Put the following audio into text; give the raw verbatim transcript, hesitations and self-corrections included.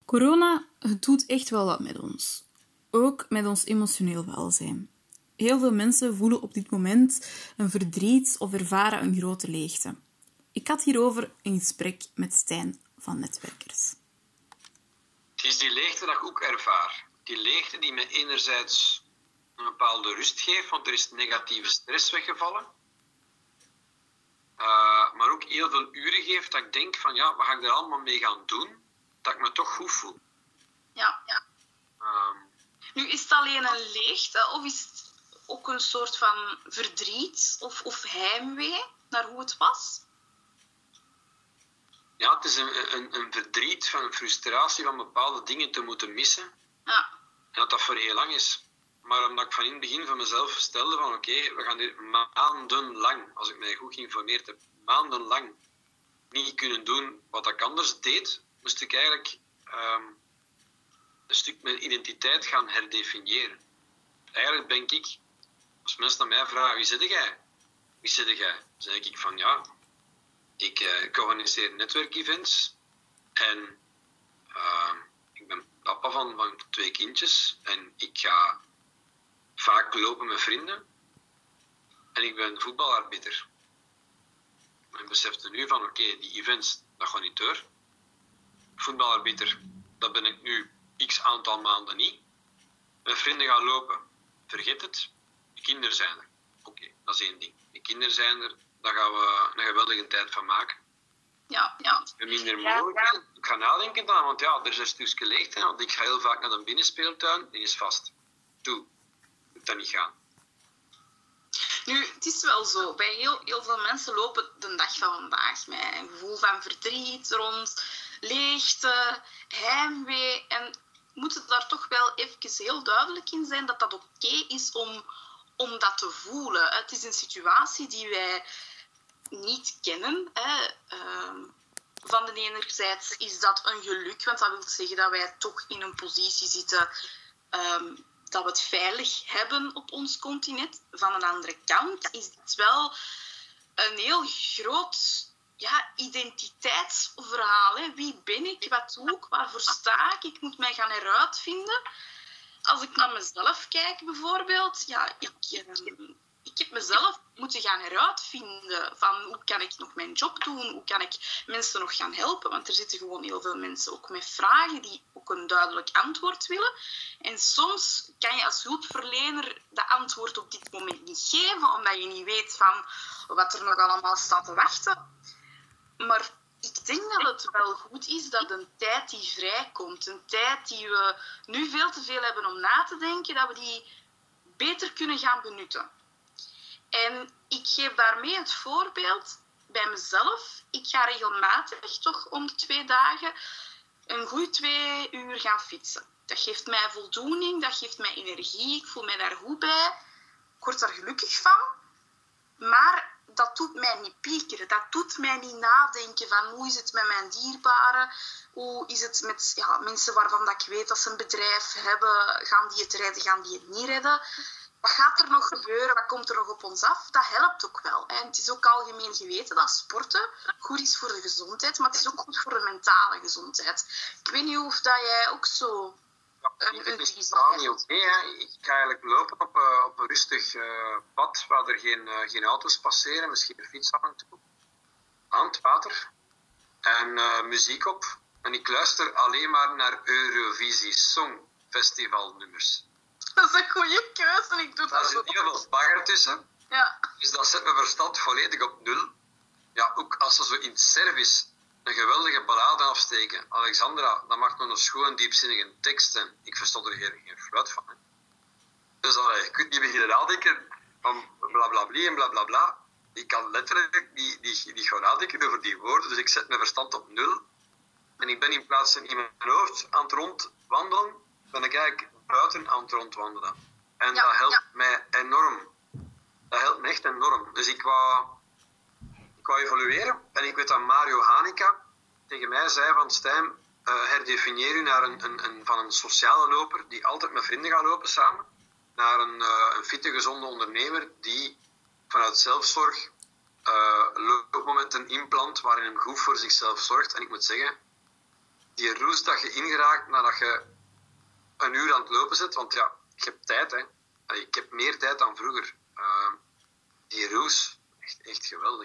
Corona, het doet echt wel wat met ons. Ook met ons emotioneel welzijn. Heel veel mensen voelen op dit moment een verdriet of ervaren een grote leegte. Ik had hierover een gesprek met Stijn van Netwerkers. Het is die leegte dat ik ook ervaar. Die leegte die me enerzijds een bepaalde rust geeft, want er is negatieve stress weggevallen. Uh, maar ook heel veel uren geeft dat ik denk van ja, wat ga ik er allemaal mee gaan doen, dat ik me toch goed voel. Ja, ja. Um, Nu, is het alleen een leegte of is het ook een soort van verdriet of, of heimwee naar hoe het was? Ja, het is een, een, een verdriet van een frustratie van bepaalde dingen te moeten missen. Ja. En dat dat voor heel lang is. Maar omdat ik van in het begin van mezelf stelde van oké, okay, we gaan hier maandenlang, als ik mij goed geïnformeerd heb, maandenlang niet kunnen doen wat ik anders deed, moest ik eigenlijk um, een stuk mijn identiteit gaan herdefiniëren. Eigenlijk denk ik, als mensen naar mij vragen, wie zit jij? Wie zit jij? Dan zeg ik van ja, ik, uh, ik organiseer netwerkevents en uh, ik ben papa van, van twee kindjes en ik ga vaak lopen met vrienden en ik ben voetbalarbiter. En ik besefte nu van oké, okay, die events, dat gaat niet door. Voetbalarbiter, dat ben ik nu x aantal maanden niet. Met vrienden gaan lopen, vergeet het. De kinderen zijn er. Oké, okay, dat is één ding. De kinderen zijn er, daar gaan we een geweldige tijd van maken. Ja, ja. En minder mogelijk. Ja, ja. Ik ga nadenken dan, want ja, er is een stukje leegte. Want ik ga heel vaak naar de binnenspeeltuin, die is vast. Toe, moet dat niet gaan. Nu, het is wel zo. Bij heel, heel veel mensen lopen de dag van vandaag met een gevoel van verdriet rond, leegte, heimwee. En moet het daar toch wel even heel duidelijk in zijn dat dat oké okay is om, om dat te voelen. Het is een situatie die wij niet kennen. Hè. Uh, van de enerzijds is dat een geluk, want dat wil zeggen dat wij toch in een positie zitten um, dat we het veilig hebben op ons continent. Van de andere kant is dit wel een heel groot ja, identiteitsverhaal. Hè. Wie ben ik? Wat doe ik? Waarvoor sta ik? Ik moet mij gaan heruitvinden. Als ik naar mezelf kijk bijvoorbeeld, ja, ik, uh, ik heb mezelf moeten gaan heruitvinden van hoe kan ik nog mijn job doen? Hoe kan ik mensen nog gaan helpen? Want er zitten gewoon heel veel mensen ook met vragen die ook een duidelijk antwoord willen. En soms kan je als hulpverlener de antwoord op dit moment niet geven, omdat je niet weet van wat er nog allemaal staat te wachten. Maar ik denk dat het wel goed is dat een tijd die vrijkomt, een tijd die we nu veel te veel hebben om na te denken, dat we die beter kunnen gaan benutten. En ik geef daarmee het voorbeeld bij mezelf. Ik ga regelmatig, toch om de twee dagen, een goede twee uur gaan fietsen. Dat geeft mij voldoening, dat geeft mij energie, ik voel mij daar goed bij. Ik word daar gelukkig van. Maar dat doet mij niet piekeren, dat doet mij niet nadenken van hoe is het met mijn dierbaren, hoe is het met ja, mensen waarvan dat ik weet dat ze een bedrijf hebben, gaan die het redden, gaan die het niet redden. Wat gaat er nog gebeuren? Wat komt er nog op ons af? Dat helpt ook wel. En het is ook algemeen geweten dat sporten goed is voor de gezondheid, maar het is ook goed voor de mentale gezondheid. Ik weet niet of dat jij ook zo ja, een, een visie hebt. Niet oké, hè. Ik ga eigenlijk lopen op, uh, op een rustig uh, pad waar er geen, uh, geen auto's passeren, misschien een fiets af en toe. Aan het water. En uh, muziek op. En ik luister alleen maar naar Eurovisie Songfestival nummers. Dat is een goede keuze. Ik doe dat Daar zit heel veel bagger tussen. Ja. Dus dat zet mijn verstand volledig op nul. Ja, ook als ze zo in het service een geweldige ballade afsteken. Alexandra, dat maakt nog een schoon diepzinnige tekst en ik verstond er geen, geen fluit van. Hè. Dus allee, je kunt niet beginnen nadenken van blablabla en blablabla. Ik kan letterlijk niet, niet, niet gaan nadenken over die woorden, dus ik zet mijn verstand op nul. En ik ben in plaats van in mijn hoofd aan het rondwandelen, ben ik eigenlijk buiten aan het rondwandelen. En ja, dat helpt ja. mij enorm. Dat helpt me echt enorm. Dus ik wou, ik wou evolueren. En ik weet dat Mario Hanika tegen mij zei van Stijn, uh, herdefinieer u naar een, een, een, van een sociale loper die altijd met vrienden gaat lopen samen, naar een, uh, een fitte, gezonde ondernemer die vanuit zelfzorg uh, loopmomenten inplant waarin hem goed voor zichzelf zorgt. En ik moet zeggen, die roes dat je ingeraakt nadat je een uur aan het lopen zit, want ja, ik heb tijd, hè. Ik heb meer tijd dan vroeger. Uh, die roes, echt, echt geweldig.